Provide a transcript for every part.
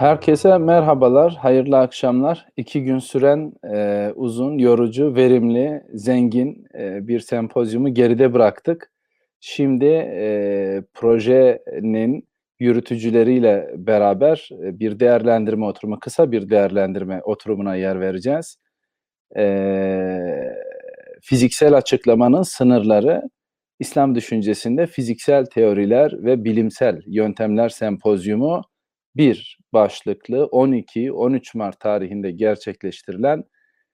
Herkese merhabalar, hayırlı akşamlar. 2 gün süren, uzun, yorucu, verimli, zengin, bir sempozyumu geride bıraktık. Şimdi, projenin yürütücüleriyle beraber, bir değerlendirme oturumu, kısa bir değerlendirme oturumuna yer vereceğiz. Eee, Fiziksel açıklamanın sınırları, İslam düşüncesinde fiziksel teoriler ve bilimsel yöntemler sempozyumu bir başlıklı 12-13 Mart tarihinde gerçekleştirilen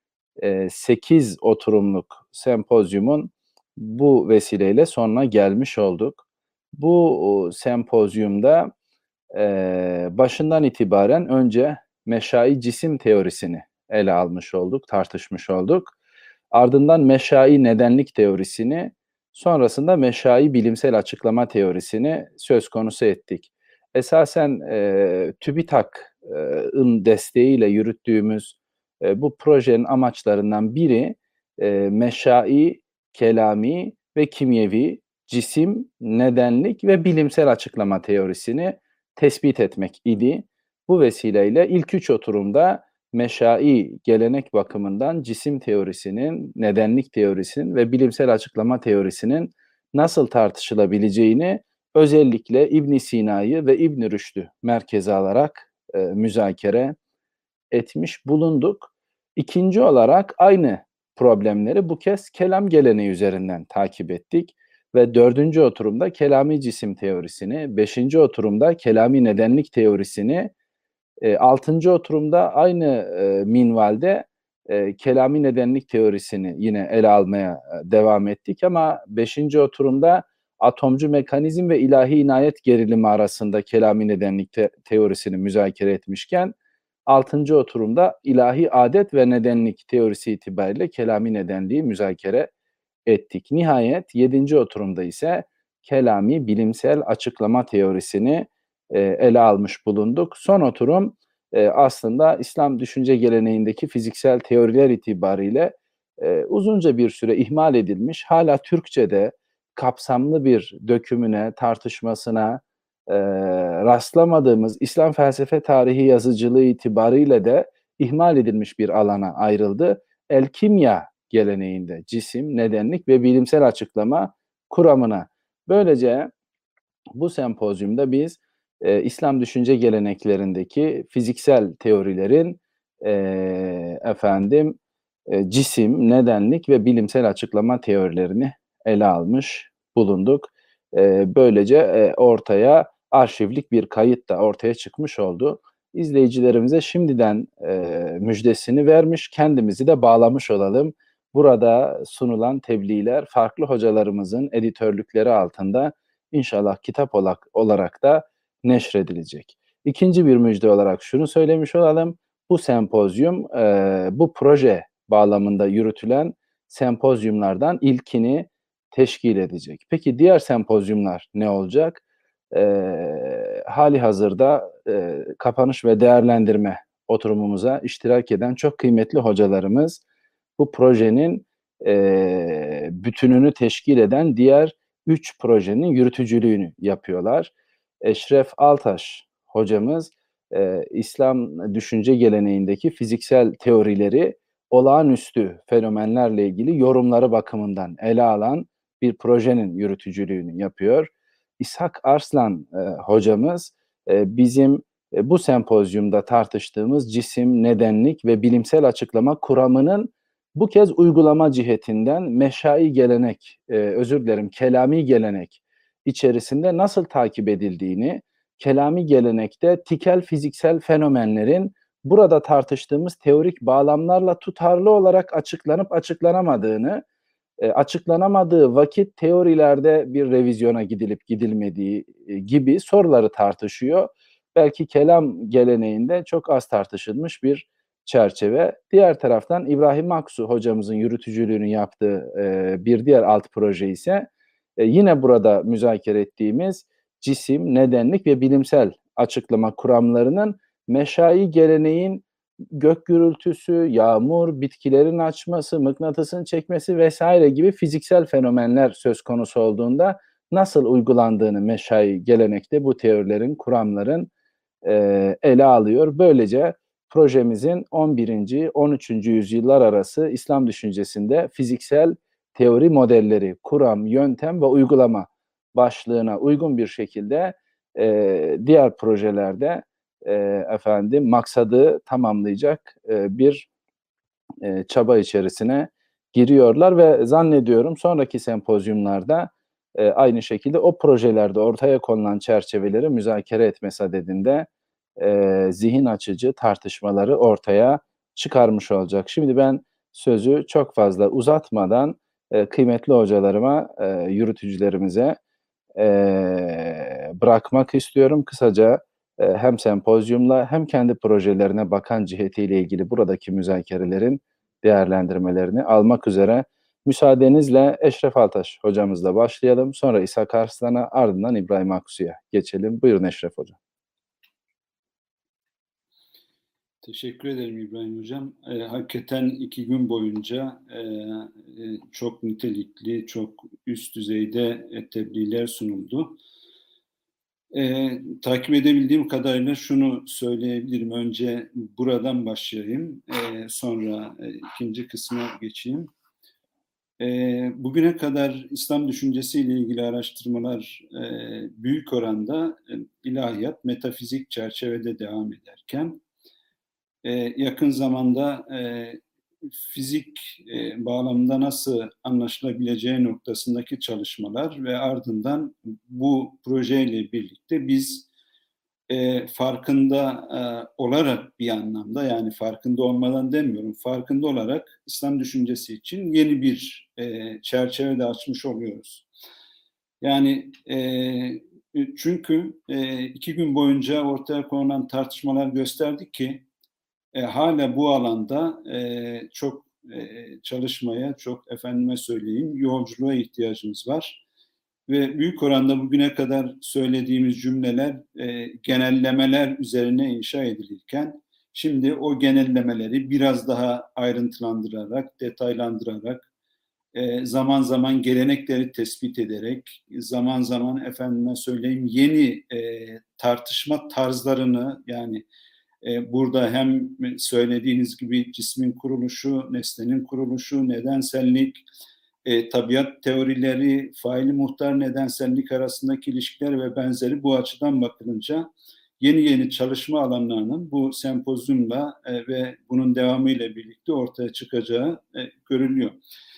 8 oturumluk sempozyumun bu vesileyle sonuna gelmiş olduk. Bu sempozyumda başından itibaren önce meşai cisim teorisini ele almış olduk, tartışmış olduk. Ardından meşai nedenlik teorisini, sonrasında meşai bilimsel açıklama teorisini söz konusu ettik. Esasen TÜBİTAK'ın desteğiyle yürüttüğümüz bu projenin amaçlarından biri meşai, kelami ve kimyevi cisim, nedenlik ve bilimsel açıklama teorisini tespit etmek idi. Bu vesileyle ilk 3 oturumda meşai gelenek bakımından cisim teorisinin, nedenlik teorisinin ve bilimsel açıklama teorisinin nasıl tartışılabileceğini özellikle İbn Sina'yı ve İbn Rüşd'ü merkeze alarak müzakere etmiş bulunduk. İkinci olarak aynı problemleri bu kez kelam geleneği üzerinden takip ettik ve dördüncü oturumda kelami cisim teorisini, beşinci oturumda kelami nedenlik teorisini, 6. oturumda aynı, minvalde, kelami nedenlik teorisini yine ele almaya, devam ettik ama beşinci oturumda atomcu mekanizm ve ilahi inayet gerilimi arasında kelami nedenlik teorisini müzakere etmişken, altıncı oturumda ilahi adet ve nedenlik teorisi itibariyle kelami nedenliği müzakere ettik. Nihayet yedinci oturumda ise kelami bilimsel açıklama teorisini ele almış bulunduk. Son oturum aslında İslam düşünce geleneğindeki fiziksel teoriler itibariyle uzunca bir süre ihmal edilmiş, hala Türkçe'de kapsamlı bir dökümüne, tartışmasına rastlamadığımız İslam felsefe tarihi yazıcılığı itibariyle de ihmal edilmiş bir alana ayrıldı. El-Kimya geleneğinde cisim, nedenlik ve bilimsel açıklama kuramına. Böylece bu sempozyumda biz İslam düşünce geleneklerindeki fiziksel teorilerin cisim, nedenlik ve bilimsel açıklama teorilerini ele almış bulunduk. Böylece ortaya arşivlik bir kayıt da ortaya çıkmış oldu. İzleyicilerimize şimdiden müjdesini vermiş, kendimizi de bağlamış olalım. Burada sunulan tebliğler farklı hocalarımızın editörlükleri altında İnşallah kitap olarak da neşredilecek. İkinci bir müjde olarak şunu söylemiş olalım. Bu sempozyum, bu proje bağlamında yürütülen sempozyumlardan ilkini teşkil edecek. Peki diğer sempozyumlar ne olacak? Hâlihazırda, kapanış ve değerlendirme oturumumuza iştirak eden çok kıymetli hocalarımız bu projenin, bütününü teşkil eden diğer 3 projenin yürütücülüğünü yapıyorlar. Eşref Altaş hocamız, İslam düşünce geleneğindeki fiziksel teorileri olağanüstü fenomenlerle ilgili yorumları bakımından ele alan bir projenin yürütücülüğünü yapıyor. İshak Arslan, hocamız, bizim, bu sempozyumda tartıştığımız cisim, nedenlik ve bilimsel açıklama kuramının bu kez uygulama cihetinden meşai gelenek, kelami gelenek içerisinde nasıl takip edildiğini, kelami gelenekte tikel fiziksel fenomenlerin burada tartıştığımız teorik bağlamlarla tutarlı olarak açıklanıp açıklanamadığını, açıklanamadığı vakit teorilerde bir revizyona gidilip gidilmediği, gibi soruları tartışıyor. Belki kelam geleneğinde çok az tartışılmış bir çerçeve. Diğer taraftan İbrahim Aksu hocamızın yürütücülüğünü yaptığı, bir diğer alt proje ise, yine burada müzakere ettiğimiz cisim, nedenlik ve bilimsel açıklama kuramlarının meşai geleneğin gök gürültüsü, yağmur, bitkilerin açması, mıknatısın çekmesi vesaire gibi fiziksel fenomenler söz konusu olduğunda nasıl uygulandığını meşai gelenekte bu teorilerin, kuramların ele alıyor. Böylece projemizin 11. 13. yüzyıllar arası İslam düşüncesinde fiziksel teori modelleri, kuram, yöntem ve uygulama başlığına uygun bir şekilde diğer projelerde maksadı tamamlayacak bir çaba içerisine giriyorlar ve zannediyorum sonraki sempozyumlarda aynı şekilde o projelerde ortaya konulan çerçeveleri müzakere etme sadedinde zihin açıcı tartışmaları ortaya çıkarmış olacak. Şimdi ben sözü çok fazla uzatmadan kıymetli hocalarıma, yürütücülerimize bırakmak istiyorum. Kısaca hem sempozyumla hem kendi projelerine bakan cihetiyle ilgili buradaki müzakerelerin değerlendirmelerini almak üzere müsaadenizle Eşref Altaş hocamızla başlayalım. Sonra İshak Arslan'a, ardından İbrahim Aksu'ya geçelim. Buyurun Eşref hocam. Teşekkür ederim İbrahim Hocam. Hakikaten 2 gün boyunca çok nitelikli, çok üst düzeyde tebliğler sunuldu. Takip edebildiğim kadarıyla şunu söyleyebilirim. Önce buradan başlayayım, sonra ikinci kısma geçeyim. Bugüne kadar İslam düşüncesiyle ilgili araştırmalar büyük oranda ilahiyat, metafizik çerçevede devam ederken, yakın zamanda fizik bağlamında nasıl anlaşılabileceği noktasındaki çalışmalar ve ardından bu projeyle birlikte biz farkında olarak bir anlamda, yani farkında olmadan demiyorum, farkında olarak İslam düşüncesi için yeni bir çerçeve de açmış oluyoruz. Yani çünkü 2 gün boyunca ortaya konulan tartışmalar gösterdi ki hala bu alanda çok çalışmaya, çok efendime söyleyeyim yolculuğa ihtiyacımız var. Ve büyük oranda bugüne kadar söylediğimiz cümleler genellemeler üzerine inşa edilirken şimdi o genellemeleri biraz daha ayrıntılandırarak, detaylandırarak, zaman zaman gelenekleri tespit ederek, zaman zaman efendime söyleyeyim yeni tartışma tarzlarını, yani burada hem söylediğiniz gibi cismin kuruluşu, nesnenin kuruluşu, nedensellik, tabiat teorileri, faili muhtar nedensellik arasındaki ilişkiler ve benzeri bu açıdan bakılınca yeni yeni çalışma alanlarının bu sempozyumla ve bunun devamıyla birlikte ortaya çıkacağı görülüyor.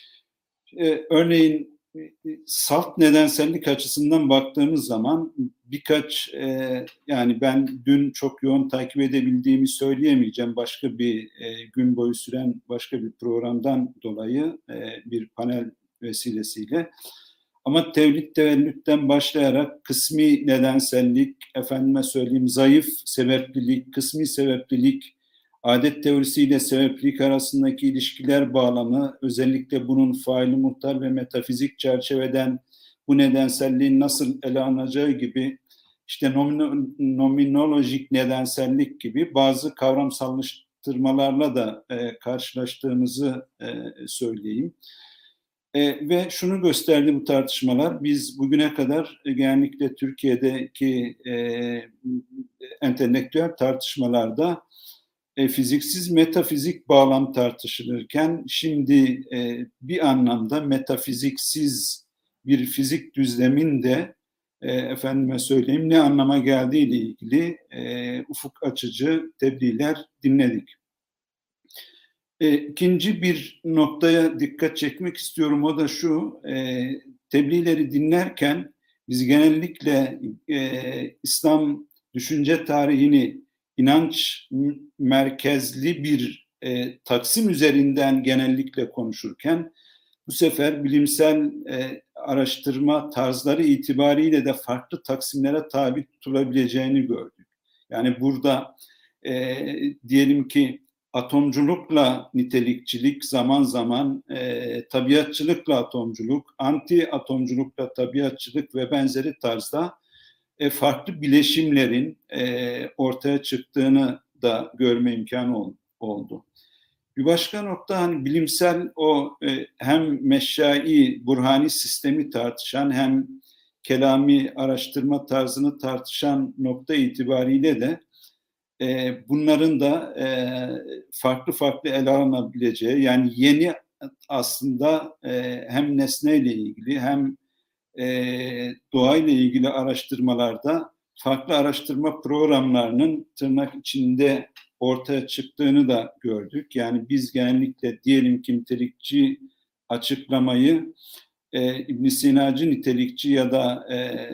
Örneğin salt nedensellik açısından baktığımız zaman birkaç yani ben dün çok yoğun takip edebildiğimi söyleyemeyeceğim, başka bir gün boyu süren başka bir programdan dolayı bir panel vesilesiyle, ama tevlid tevellütten başlayarak kısmi nedensellik, efendime söyleyeyim zayıf sebeplilik, kısmi sebeplilik, adet teorisiyle sebeplik arasındaki ilişkiler bağlamı, özellikle bunun faili muhtar ve metafizik çerçeveden bu nedenselliğin nasıl ele alınacağı gibi, işte nominolojik nedensellik gibi bazı kavramsallaştırmalarla da karşılaştığımızı söyleyeyim. Ve şunu gösterdi bu tartışmalar, biz bugüne kadar genellikle Türkiye'deki entelektüel tartışmalarda fiziksiz metafizik bağlam tartışılırken şimdi bir anlamda metafiziksiz bir fizik düzlemin de efendime söyleyeyim ne anlama geldiği ile ilgili ufuk açıcı tebliğler dinledik. İkinci bir noktaya dikkat çekmek istiyorum, o da şu: tebliğleri dinlerken biz genellikle İslam düşünce tarihini inanç merkezli bir taksim üzerinden genellikle konuşurken, bu sefer bilimsel araştırma tarzları itibariyle de farklı taksimlere tabi tutulabileceğini gördük. Yani burada diyelim ki atomculukla nitelikçilik, zaman zaman tabiatçılıkla atomculuk, anti atomculukla tabiatçılık ve benzeri tarzda farklı bileşimlerin ortaya çıktığını da görme imkanı oldu. Bir başka nokta, hani bilimsel o hem meşai burhani sistemi tartışan hem kelami araştırma tarzını tartışan nokta itibariyle de bunların da farklı farklı ele alınabileceği, yani yeni aslında hem nesneyle ilgili hem doğayla ilgili araştırmalarda farklı araştırma programlarının tırnak içinde ortaya çıktığını da gördük. Yani biz genellikle diyelim ki nitelikçi açıklamayı İbn Sinacı nitelikçi ya da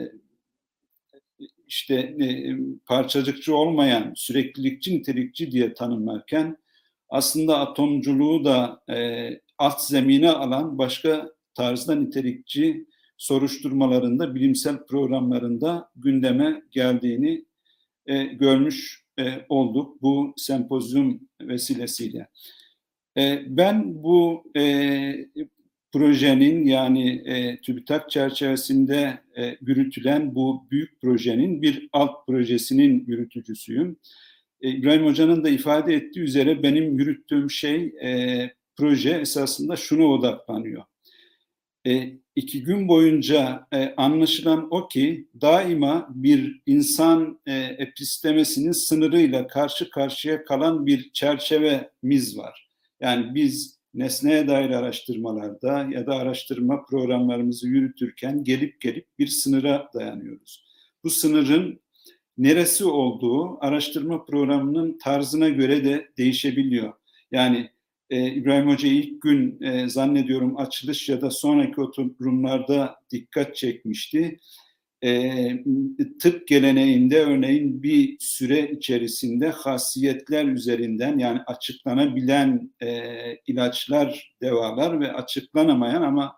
işte parçacıkçı olmayan süreklilikçi nitelikçi diye tanımlarken aslında atomculuğu da alt zemine alan başka tarzda nitelikçi soruşturmalarında, bilimsel programlarında gündeme geldiğini görmüş olduk bu sempozyum vesilesiyle. Ben bu projenin, yani TÜBİTAK çerçevesinde yürütülen bu büyük projenin bir alt projesinin yürütücüsüyüm. İbrahim Hoca'nın da ifade ettiği üzere benim yürüttüğüm proje esasında şuna odaklanıyor. 2 gün boyunca anlaşılan o ki daima bir insan epistemesinin sınırıyla karşı karşıya kalan bir çerçevemiz var. Yani biz nesneye dair araştırmalarda ya da araştırma programlarımızı yürütürken gelip bir sınıra dayanıyoruz. Bu sınırın neresi olduğu araştırma programının tarzına göre de değişebiliyor. Yani İbrahim Hoca ilk gün zannediyorum açılış ya da sonraki oturumlarda dikkat çekmişti. Tıp geleneğinde örneğin bir süre içerisinde hasiyetler üzerinden, yani açıklanabilen ilaçlar, devalar ve açıklanamayan ama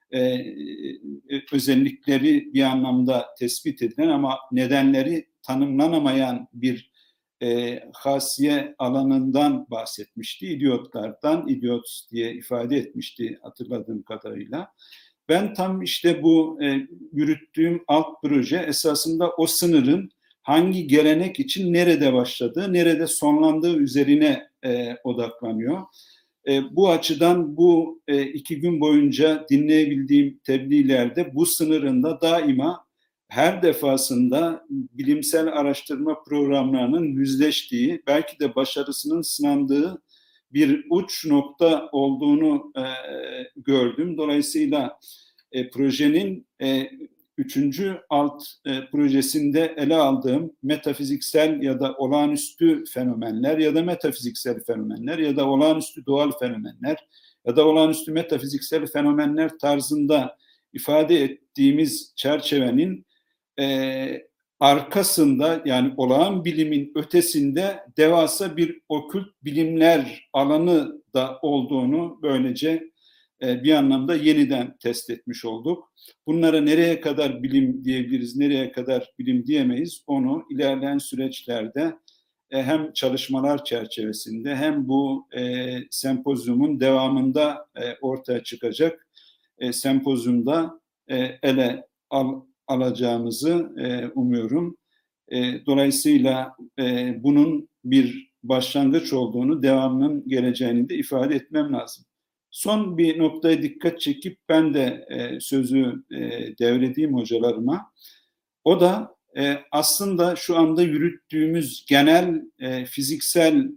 özellikleri bir anlamda tespit edilen ama nedenleri tanımlanamayan bir hasiye alanından bahsetmişti. İdiotlardan, idiot diye ifade etmişti hatırladığım kadarıyla. Ben tam işte bu yürüttüğüm alt proje esasında o sınırın hangi gelenek için nerede başladığı, nerede sonlandığı üzerine odaklanıyor. Bu açıdan bu 2 gün boyunca dinleyebildiğim tebliğlerde bu sınırın da daima her defasında bilimsel araştırma programlarının yüzleştiği, belki de başarısının sınandığı bir uç nokta olduğunu gördüm. Dolayısıyla projenin 3. alt projesinde ele aldığım metafiziksel ya da olağanüstü fenomenler ya da metafiziksel fenomenler ya da olağanüstü doğal fenomenler ya da olağanüstü metafiziksel fenomenler tarzında ifade ettiğimiz çerçevenin arkasında, yani olağan bilimin ötesinde devasa bir okült bilimler alanı da olduğunu böylece bir anlamda yeniden test etmiş olduk. Bunlara nereye kadar bilim diyebiliriz, nereye kadar bilim diyemeyiz, onu ilerleyen süreçlerde hem çalışmalar çerçevesinde hem bu sempozyumun devamında ortaya çıkacak sempozyumda ele alacağımızı umuyorum. Dolayısıyla bunun bir başlangıç olduğunu, devamının geleceğini de ifade etmem lazım. Son bir noktaya dikkat çekip ben de sözü devredeyim hocalarıma. O da aslında şu anda yürüttüğümüz genel fiziksel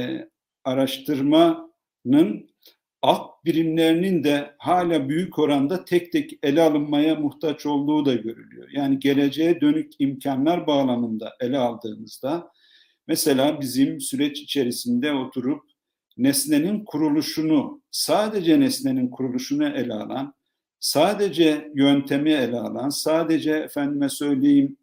araştırmanın alt birimlerinin de hala büyük oranda tek tek ele alınmaya muhtaç olduğu da görülüyor. Yani geleceğe dönük imkanlar bağlamında ele aldığımızda mesela bizim süreç içerisinde oturup nesnenin kuruluşunu, sadece nesnenin kuruluşunu ele alan, sadece yöntemi ele alan, sadece efendime söyleyeyim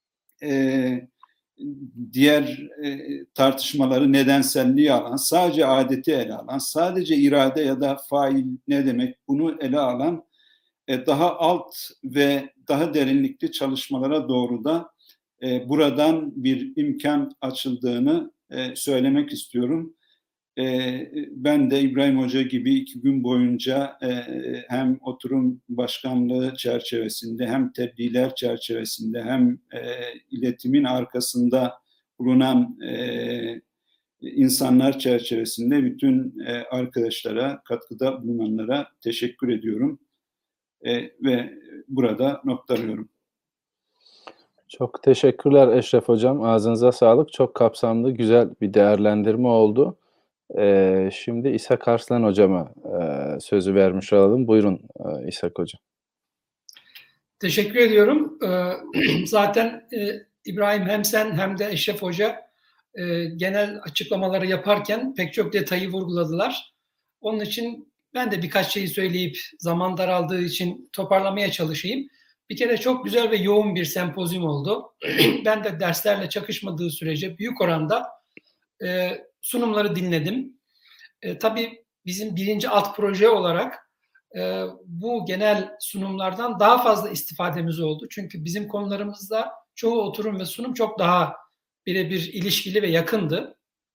diğer tartışmaları, nedenselliği alan, sadece adeti ele alan, sadece irade ya da fail ne demek bunu ele alan daha alt ve daha derinlikli çalışmalara doğru da buradan bir imkan açıldığını söylemek istiyorum. Ben de İbrahim Hoca gibi 2 gün boyunca hem oturum başkanlığı çerçevesinde hem tebliğler çerçevesinde hem iletimin arkasında bulunan insanlar çerçevesinde bütün arkadaşlara, katkıda bulunanlara teşekkür ediyorum ve burada noktalıyorum. Çok teşekkürler Eşref Hocam. Ağzınıza sağlık. Çok kapsamlı, güzel bir değerlendirme oldu. Şimdi İshak Arslan Hocama sözü vermiş olalım. Buyurun İshak Hocam. Teşekkür ediyorum. Zaten İbrahim hem sen hem de Eşref Hoca genel açıklamaları yaparken pek çok detayı vurguladılar. Onun için ben de birkaç şeyi söyleyip zaman daraldığı için toparlamaya çalışayım. Bir kere çok güzel ve yoğun bir sempozyum oldu. Ben de derslerle çakışmadığı sürece büyük oranda sunumları dinledim. Tabii bizim birinci alt proje olarak bu genel sunumlardan daha fazla istifademiz oldu. Çünkü bizim konularımızda çoğu oturum ve sunum çok daha birebir ilişkili ve yakındı.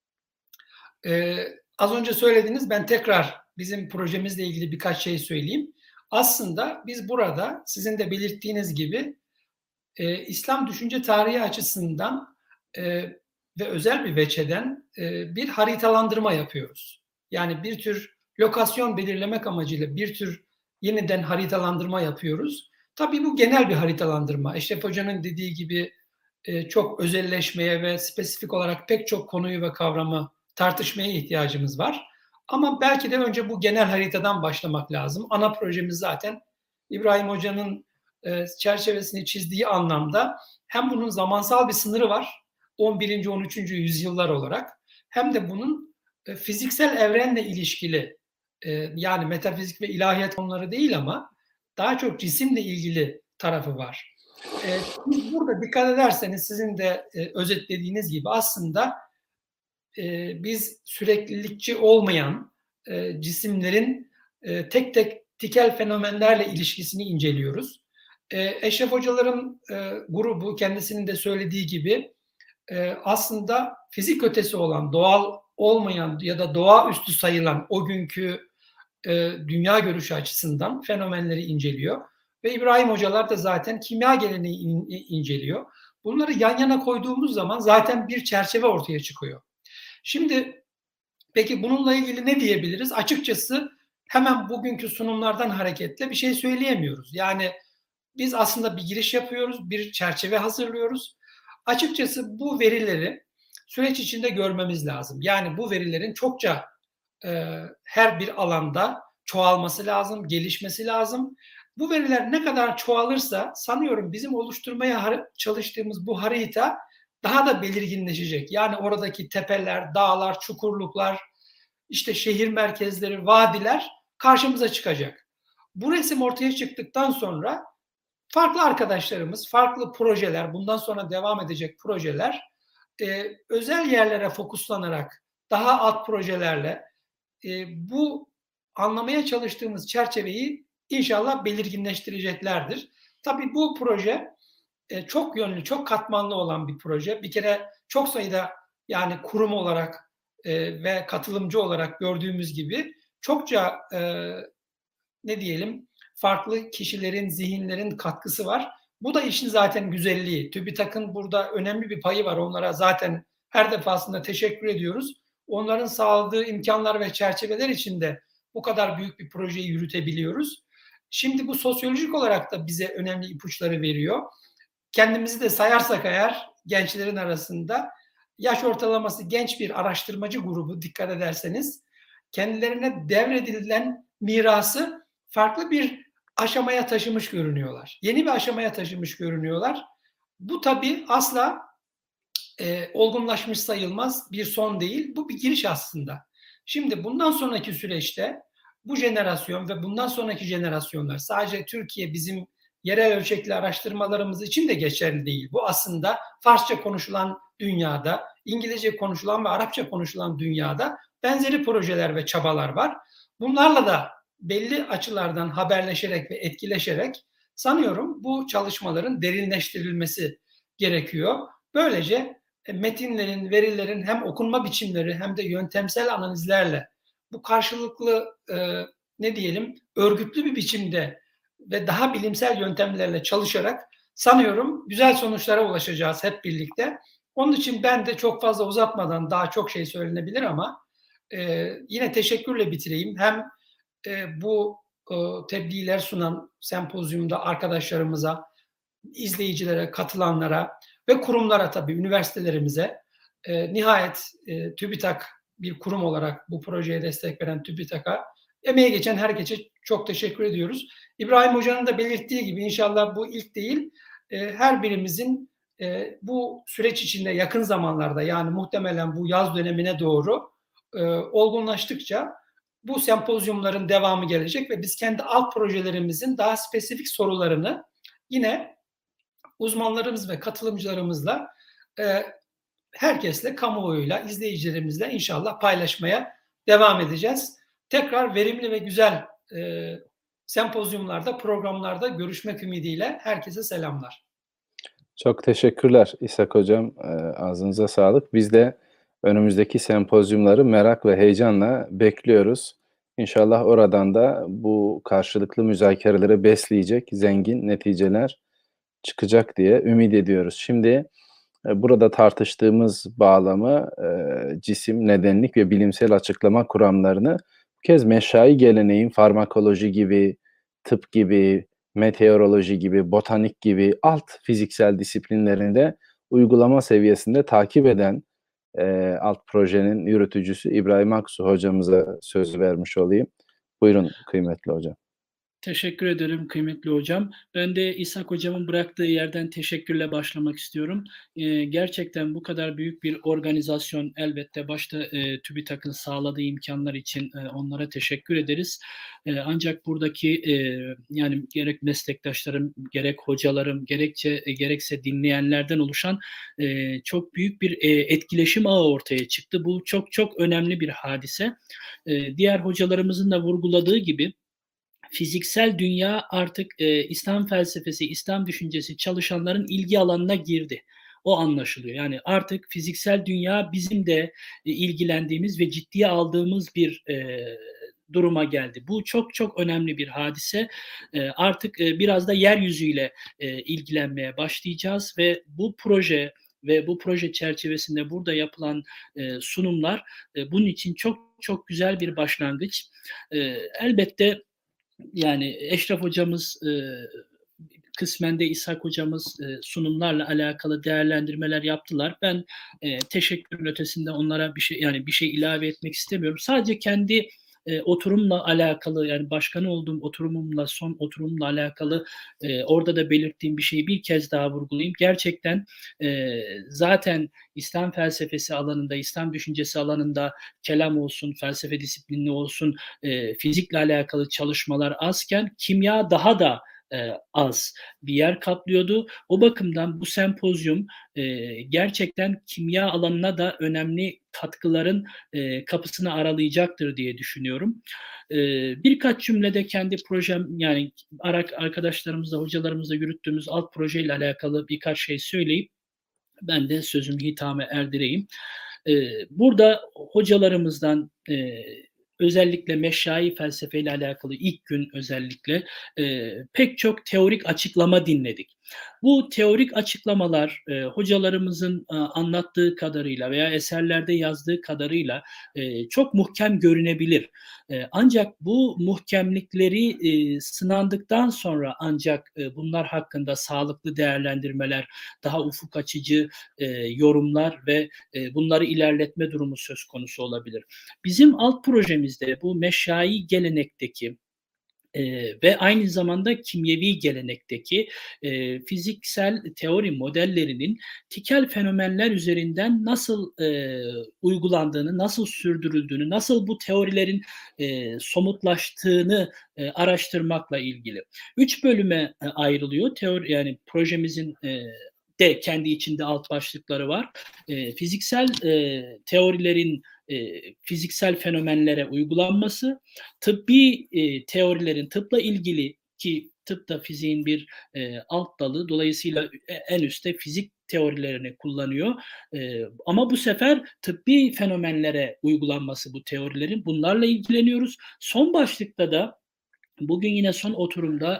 Az önce söylediniz, ben tekrar bizim projemizle ilgili birkaç şey söyleyeyim. Aslında biz burada sizin de belirttiğiniz gibi İslam düşünce tarihi açısından ve özel bir veçeden bir haritalandırma yapıyoruz. Yani bir tür lokasyon belirlemek amacıyla bir tür yeniden haritalandırma yapıyoruz. Tabii bu genel bir haritalandırma. Eşref Hoca'nın dediği gibi çok özelleşmeye ve spesifik olarak pek çok konuyu ve kavramı tartışmaya ihtiyacımız var. Ama belki de önce bu genel haritadan başlamak lazım. Ana projemiz zaten İbrahim Hoca'nın çerçevesini çizdiği anlamda hem bunun zamansal bir sınırı var 11. 13. yüzyıllar olarak hem de bunun fiziksel evrenle ilişkili yani metafizik ve ilahiyat konuları değil ama daha çok cisimle ilgili tarafı var. Biz burada dikkat ederseniz sizin de özetlediğiniz gibi aslında biz süreklilikçi olmayan cisimlerin tek tek tikel fenomenlerle ilişkisini inceliyoruz. Eşref Hocaların grubu kendisinin de söylediği gibi aslında fizik ötesi olan, doğal olmayan ya da doğaüstü sayılan o günkü dünya görüşü açısından fenomenleri inceliyor. Ve İbrahim Hocalar da zaten kimya geleneği inceliyor. Bunları yan yana koyduğumuz zaman zaten bir çerçeve ortaya çıkıyor. Şimdi peki bununla ilgili ne diyebiliriz? Açıkçası hemen bugünkü sunumlardan hareketle bir şey söyleyemiyoruz. Yani biz aslında bir giriş yapıyoruz, bir çerçeve hazırlıyoruz. Açıkçası bu verileri süreç içinde görmemiz lazım. Yani bu verilerin çokça her bir alanda çoğalması lazım, gelişmesi lazım. Bu veriler ne kadar çoğalırsa sanıyorum bizim oluşturmaya çalıştığımız bu harita daha da belirginleşecek. Yani oradaki tepeler, dağlar, çukurluklar, işte şehir merkezleri, vadiler karşımıza çıkacak. Bu resim ortaya çıktıktan sonra farklı arkadaşlarımız, farklı projeler, bundan sonra devam edecek projeler özel yerlere fokuslanarak daha alt projelerle bu anlamaya çalıştığımız çerçeveyi inşallah belirginleştireceklerdir. Tabii bu proje çok yönlü, çok katmanlı olan bir proje. Bir kere çok sayıda yani kurum olarak ve katılımcı olarak gördüğümüz gibi çokça ne diyelim farklı kişilerin, zihinlerin katkısı var. Bu da işin zaten güzelliği. TÜBİTAK'ın burada önemli bir payı var. Onlara zaten her defasında teşekkür ediyoruz. Onların sağladığı imkanlar ve çerçeveler içinde bu kadar büyük bir projeyi yürütebiliyoruz. Şimdi bu sosyolojik olarak da bize önemli ipuçları veriyor. Kendimizi de sayarsak eğer gençlerin arasında yaş ortalaması genç bir araştırmacı grubu dikkat ederseniz kendilerine devredilen mirası farklı bir aşamaya taşımış görünüyorlar. Yeni bir aşamaya taşımış görünüyorlar. Bu tabii asla olgunlaşmış sayılmaz bir son değil. Bu bir giriş aslında. Şimdi bundan sonraki süreçte bu jenerasyon ve bundan sonraki jenerasyonlar sadece Türkiye bizim yerel ölçekli araştırmalarımız için de geçerli değil. Bu aslında Farsça konuşulan dünyada, İngilizce konuşulan ve Arapça konuşulan dünyada benzeri projeler ve çabalar var. Bunlarla da belli açılardan haberleşerek ve etkileşerek sanıyorum bu çalışmaların derinleştirilmesi gerekiyor. Böylece metinlerin, verilerin hem okunma biçimleri hem de yöntemsel analizlerle bu karşılıklı ne diyelim örgütlü bir biçimde ve daha bilimsel yöntemlerle çalışarak sanıyorum güzel sonuçlara ulaşacağız hep birlikte. Onun için ben de çok fazla uzatmadan daha çok şey söylenebilir ama yine teşekkürle bitireyim. Hem bu tebliğler sunan sempozyumda arkadaşlarımıza, izleyicilere, katılanlara ve kurumlara, tabii üniversitelerimize, nihayet TÜBİTAK bir kurum olarak bu projeye destek veren TÜBİTAK'a, emeği geçen herkese çok teşekkür ediyoruz. İbrahim Hoca'nın da belirttiği gibi inşallah bu ilk değil, her birimizin bu süreç içinde yakın zamanlarda, yani muhtemelen bu yaz dönemine doğru olgunlaştıkça bu sempozyumların devamı gelecek ve biz kendi alt projelerimizin daha spesifik sorularını yine uzmanlarımız ve katılımcılarımızla, herkesle, kamuoyuyla, izleyicilerimizle inşallah paylaşmaya devam edeceğiz. Tekrar verimli ve güzel sempozyumlarda, programlarda görüşmek ümidiyle herkese selamlar. Çok teşekkürler İshak Hocam. Ağzınıza sağlık. Biz de önümüzdeki sempozyumları merak ve heyecanla bekliyoruz. İnşallah oradan da bu karşılıklı müzakereleri besleyecek zengin neticeler çıkacak diye ümit ediyoruz. Şimdi burada tartıştığımız bağlamı, cisim, nedenlik ve bilimsel açıklama kuramlarını bu kez meşai geleneğin farmakoloji gibi, tıp gibi, meteoroloji gibi, botanik gibi alt fiziksel disiplinlerinde uygulama seviyesinde takip eden alt projenin yürütücüsü İbrahim Aksu hocamıza söz vermiş olayım. Buyurun kıymetli hocam. Teşekkür ederim kıymetli hocam. Ben de İshak hocamın bıraktığı yerden teşekkürle başlamak istiyorum. Gerçekten bu kadar büyük bir organizasyon, elbette başta TÜBİTAK'ın sağladığı imkanlar için onlara teşekkür ederiz. Ancak buradaki yani gerek meslektaşlarım, gerek hocalarım, gerekse dinleyenlerden oluşan çok büyük bir etkileşim ağı ortaya çıktı. Bu çok çok önemli bir hadise. Diğer hocalarımızın da vurguladığı gibi fiziksel dünya artık İslam felsefesi, İslam düşüncesi çalışanların ilgi alanına girdi. O anlaşılıyor. Yani artık fiziksel dünya bizim de ilgilendiğimiz ve ciddiye aldığımız bir duruma geldi. Bu çok çok önemli bir hadise. Artık biraz da yeryüzüyle ilgilenmeye başlayacağız ve bu proje çerçevesinde burada yapılan sunumlar bunun için çok çok güzel bir başlangıç. Elbette yani Eşref hocamız, kısmen de İshak hocamız sunumlarla alakalı değerlendirmeler yaptılar. Ben teşekkürün ötesinde onlara bir şey ilave etmek istemiyorum. Sadece kendi oturumla alakalı, yani başkanı olduğum oturumumla, son oturumla alakalı orada da belirttiğim bir şeyi bir kez daha vurgulayayım. Gerçekten zaten İslam felsefesi alanında, İslam düşüncesi alanında kelam olsun, felsefe disiplini olsun, fizikle alakalı çalışmalar azken kimya daha da az bir yer kaplıyordu. O bakımdan bu sempozyum gerçekten kimya alanına da önemli katkıların kapısını aralayacaktır diye düşünüyorum. Birkaç cümlede kendi projem, yani arkadaşlarımızla, hocalarımızla yürüttüğümüz alt projeyle alakalı birkaç şey söyleyip ben de sözümü hitame erdireyim. Burada hocalarımızdan özellikle meşai felsefeyle alakalı ilk gün özellikle pek çok teorik açıklama dinledik. Bu teorik açıklamalar hocalarımızın anlattığı kadarıyla veya eserlerde yazdığı kadarıyla çok muhkem görünebilir. Ancak bu muhkemlikleri sınandıktan sonra ancak bunlar hakkında sağlıklı değerlendirmeler, daha ufuk açıcı yorumlar ve bunları ilerletme durumu söz konusu olabilir. Bizim alt projemizde bu meşai gelenekteki ve aynı zamanda kimyevi gelenekteki fiziksel teori modellerinin tikel fenomenler üzerinden nasıl uygulandığını, nasıl sürdürüldüğünü, nasıl bu teorilerin somutlaştığını araştırmakla ilgili. 3 bölüme ayrılıyor. Yani projemizin de kendi içinde alt başlıkları var. Fiziksel teorilerin fiziksel fenomenlere uygulanması, tıbbi teorilerin tıpla ilgili, ki tıp da fiziğin bir alt dalı, dolayısıyla en üstte fizik teorilerini kullanıyor. Ama bu sefer tıbbi fenomenlere uygulanması bu teorilerin, bunlarla ilgileniyoruz. Son başlıkta da Bugün yine son oturumda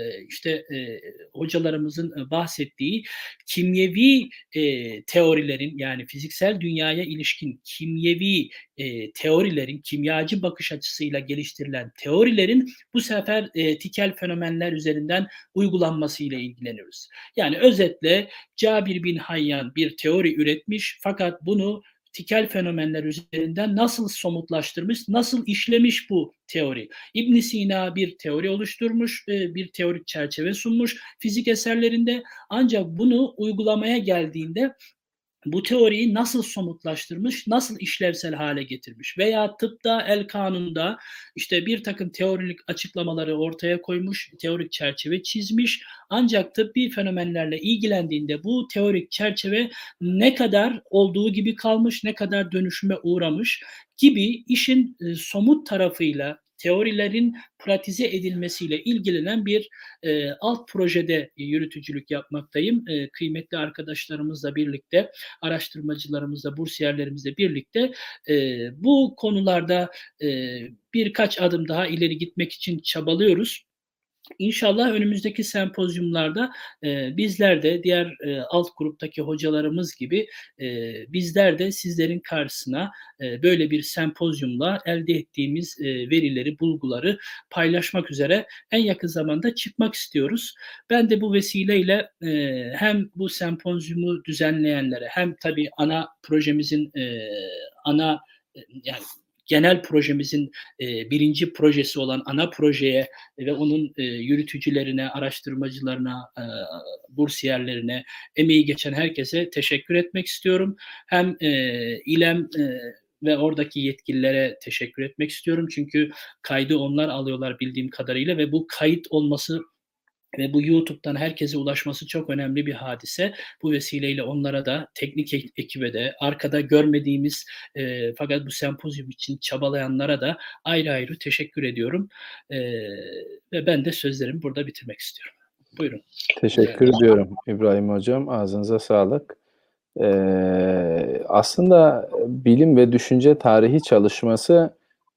hocalarımızın bahsettiği kimyevi teorilerin, yani fiziksel dünyaya ilişkin kimyevi teorilerin, kimyacı bakış açısıyla geliştirilen teorilerin bu sefer tikel fenomenler üzerinden uygulanmasıyla ilgileniyoruz. Yani özetle Cabir bin Hayyan bir teori üretmiş, fakat bunu tikel fenomenler üzerinden nasıl somutlaştırmış, nasıl işlemiş bu teori? İbn Sina bir teori oluşturmuş, bir teorik çerçeve sunmuş fizik eserlerinde, ancak bunu uygulamaya geldiğinde bu teoriyi nasıl somutlaştırmış, nasıl işlevsel hale getirmiş veya tıpta, el kanunda işte bir takım teorik açıklamaları ortaya koymuş, teorik çerçeve çizmiş, ancak tıbbi fenomenlerle ilgilendiğinde bu teorik çerçeve ne kadar olduğu gibi kalmış, ne kadar dönüşüme uğramış gibi işin somut tarafıyla, teorilerin pratize edilmesiyle ilgilenen bir alt projede yürütücülük yapmaktayım. Kıymetli arkadaşlarımızla birlikte, araştırmacılarımızla, bursiyerlerimizle birlikte bu konularda birkaç adım daha ileri gitmek için çabalıyoruz. İnşallah önümüzdeki sempozyumlarda bizler de diğer alt gruptaki hocalarımız gibi bizler de sizlerin karşısına böyle bir sempozyumla elde ettiğimiz verileri, bulguları paylaşmak üzere en yakın zamanda çıkmak istiyoruz. Ben de bu vesileyle hem bu sempozyumu düzenleyenlere, hem tabii ana projemizin yani genel projemizin birinci projesi olan ana projeye ve onun yürütücülerine, araştırmacılarına, bursiyerlerine, emeği geçen herkese teşekkür etmek istiyorum. Hem İLEM ve oradaki yetkililere teşekkür etmek istiyorum. Çünkü kaydı onlar alıyorlar bildiğim kadarıyla ve bu kayıt olması ve bu YouTube'dan herkese ulaşması çok önemli bir hadise. Bu vesileyle onlara da, teknik ekibe de, arkada görmediğimiz fakat bu sempozyum için çabalayanlara da ayrı ayrı teşekkür ediyorum. Ve ben de sözlerimi burada bitirmek istiyorum. Buyurun. Teşekkür ediyorum İbrahim Hocam. Ağzınıza sağlık. Aslında bilim ve düşünce tarihi çalışması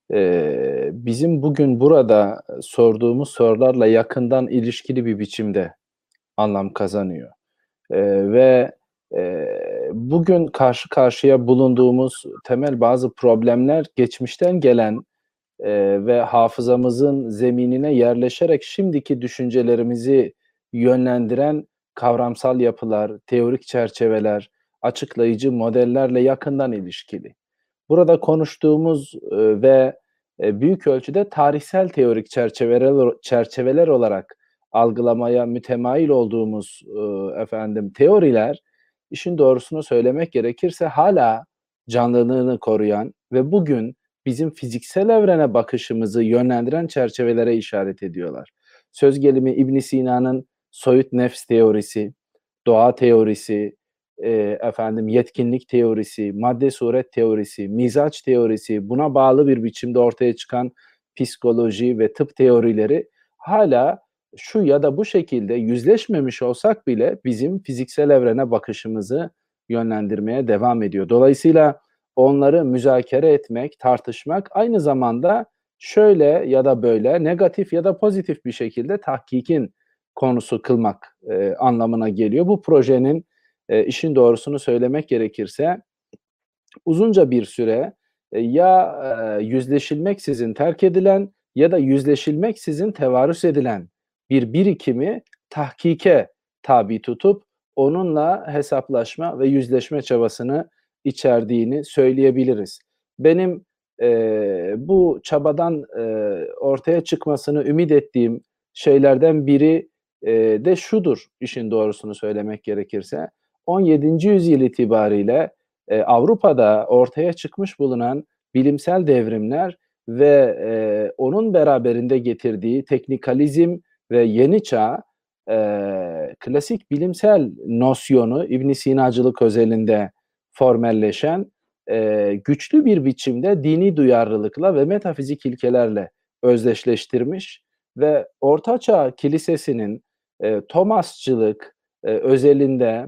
bizim bugün burada sorduğumuz sorularla yakından ilişkili bir biçimde anlam kazanıyor. Ve bugün karşı karşıya bulunduğumuz temel bazı problemler geçmişten gelen ve hafızamızın zeminine yerleşerek şimdiki düşüncelerimizi yönlendiren kavramsal yapılar, teorik çerçeveler, açıklayıcı modellerle yakından ilişkili. Burada konuştuğumuz ve büyük ölçüde tarihsel teorik çerçeveler olarak algılamaya mütemayil olduğumuz teoriler, işin doğrusunu söylemek gerekirse hala canlılığını koruyan ve bugün bizim fiziksel evrene bakışımızı yönlendiren çerçevelere işaret ediyorlar. Söz gelimi İbn Sina'nın soyut nefs teorisi, doğa teorisi, yetkinlik teorisi, madde suret teorisi, mizaç teorisi, buna bağlı bir biçimde ortaya çıkan psikoloji ve tıp teorileri hala şu ya da bu şekilde yüzleşmemiş olsak bile bizim fiziksel evrene bakışımızı yönlendirmeye devam ediyor. Dolayısıyla onları müzakere etmek, tartışmak aynı zamanda şöyle ya da böyle, negatif ya da pozitif bir şekilde tahkikin konusu kılmak anlamına geliyor. Bu projenin işin doğrusunu söylemek gerekirse uzunca bir süre yüzleşilmeksizin terk edilen ya da yüzleşilmeksizin tevarüs edilen bir birikimi tahkike tabi tutup onunla hesaplaşma ve yüzleşme çabasını içerdiğini söyleyebiliriz. Benim bu çabadan ortaya çıkmasını ümit ettiğim şeylerden biri de şudur, işin doğrusunu söylemek gerekirse. 17. yüzyıl itibariyle Avrupa'da ortaya çıkmış bulunan bilimsel devrimler ve onun beraberinde getirdiği teknikalizm ve yeni çağ klasik bilimsel nosyonu İbn Sinacılık özelinde formelleşen güçlü bir biçimde dini duyarlılıkla ve metafizik ilkelerle özdeşleştirmiş ve Orta Çağ Kilisesi'nin Thomasçılık özelinde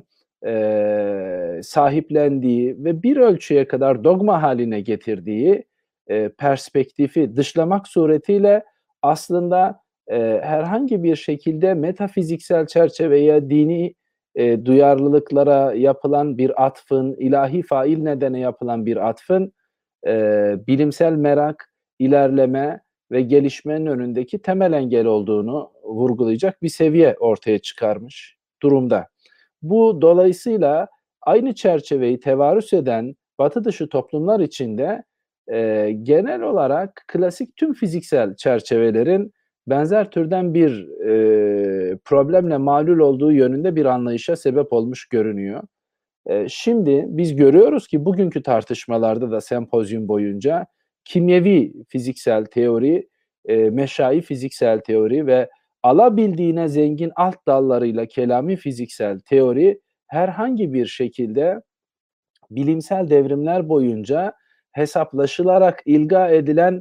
sahiplendiği ve bir ölçüye kadar dogma haline getirdiği perspektifi dışlamak suretiyle aslında herhangi bir şekilde metafiziksel çerçeveye, dini duyarlılıklara yapılan bir atfın, ilahi fail nedeni yapılan bir atfın bilimsel merak, ilerleme ve gelişmenin önündeki temel engel olduğunu vurgulayacak bir seviye ortaya çıkarmış durumda. Bu dolayısıyla aynı çerçeveyi tevarüs eden Batı dışı toplumlar içinde genel olarak klasik tüm fiziksel çerçevelerin benzer türden bir problemle malul olduğu yönünde bir anlayışa sebep olmuş görünüyor. Şimdi biz görüyoruz ki bugünkü tartışmalarda da sempozyum boyunca kimyevi fiziksel teori, meşai fiziksel teori ve alabildiğine zengin alt dallarıyla kelami fiziksel teori herhangi bir şekilde bilimsel devrimler boyunca hesaplaşılarak ilga edilen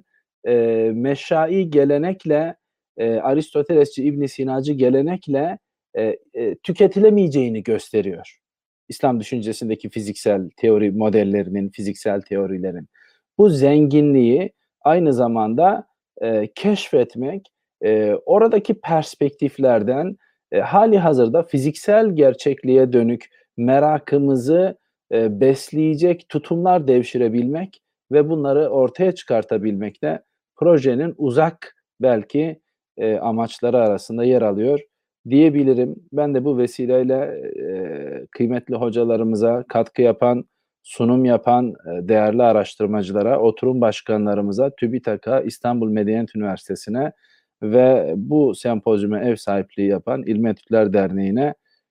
meşai gelenekle, Aristotelesçi, İbn Sinacı gelenekle tüketilemeyeceğini gösteriyor. İslam düşüncesindeki fiziksel teori modellerinin, fiziksel teorilerin. Bu zenginliği aynı zamanda keşfetmek, oradaki perspektiflerden hali hazırda fiziksel gerçekliğe dönük merakımızı besleyecek tutumlar devşirebilmek ve bunları ortaya çıkartabilmek de projenin uzak belki amaçları arasında yer alıyor diyebilirim. Ben de bu vesileyle kıymetli hocalarımıza katkı yapan, sunum yapan değerli araştırmacılara, oturum başkanlarımıza, TÜBİTAK'a, İstanbul Medeniyet Üniversitesi'ne ve bu sempozyuma ev sahipliği yapan İlmi Etütler Derneği'ne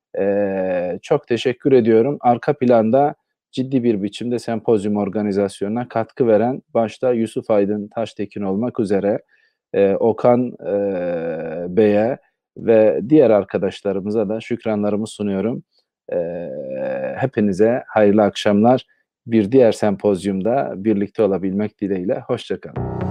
çok teşekkür ediyorum. Arka planda ciddi bir biçimde sempozyum organizasyonuna katkı veren başta Yusuf Aydın Taştekin olmak üzere Okan Bey'e ve diğer arkadaşlarımıza da şükranlarımı sunuyorum. Hepinize hayırlı akşamlar. Bir diğer sempozyumda birlikte olabilmek dileğiyle. Hoşça kalın.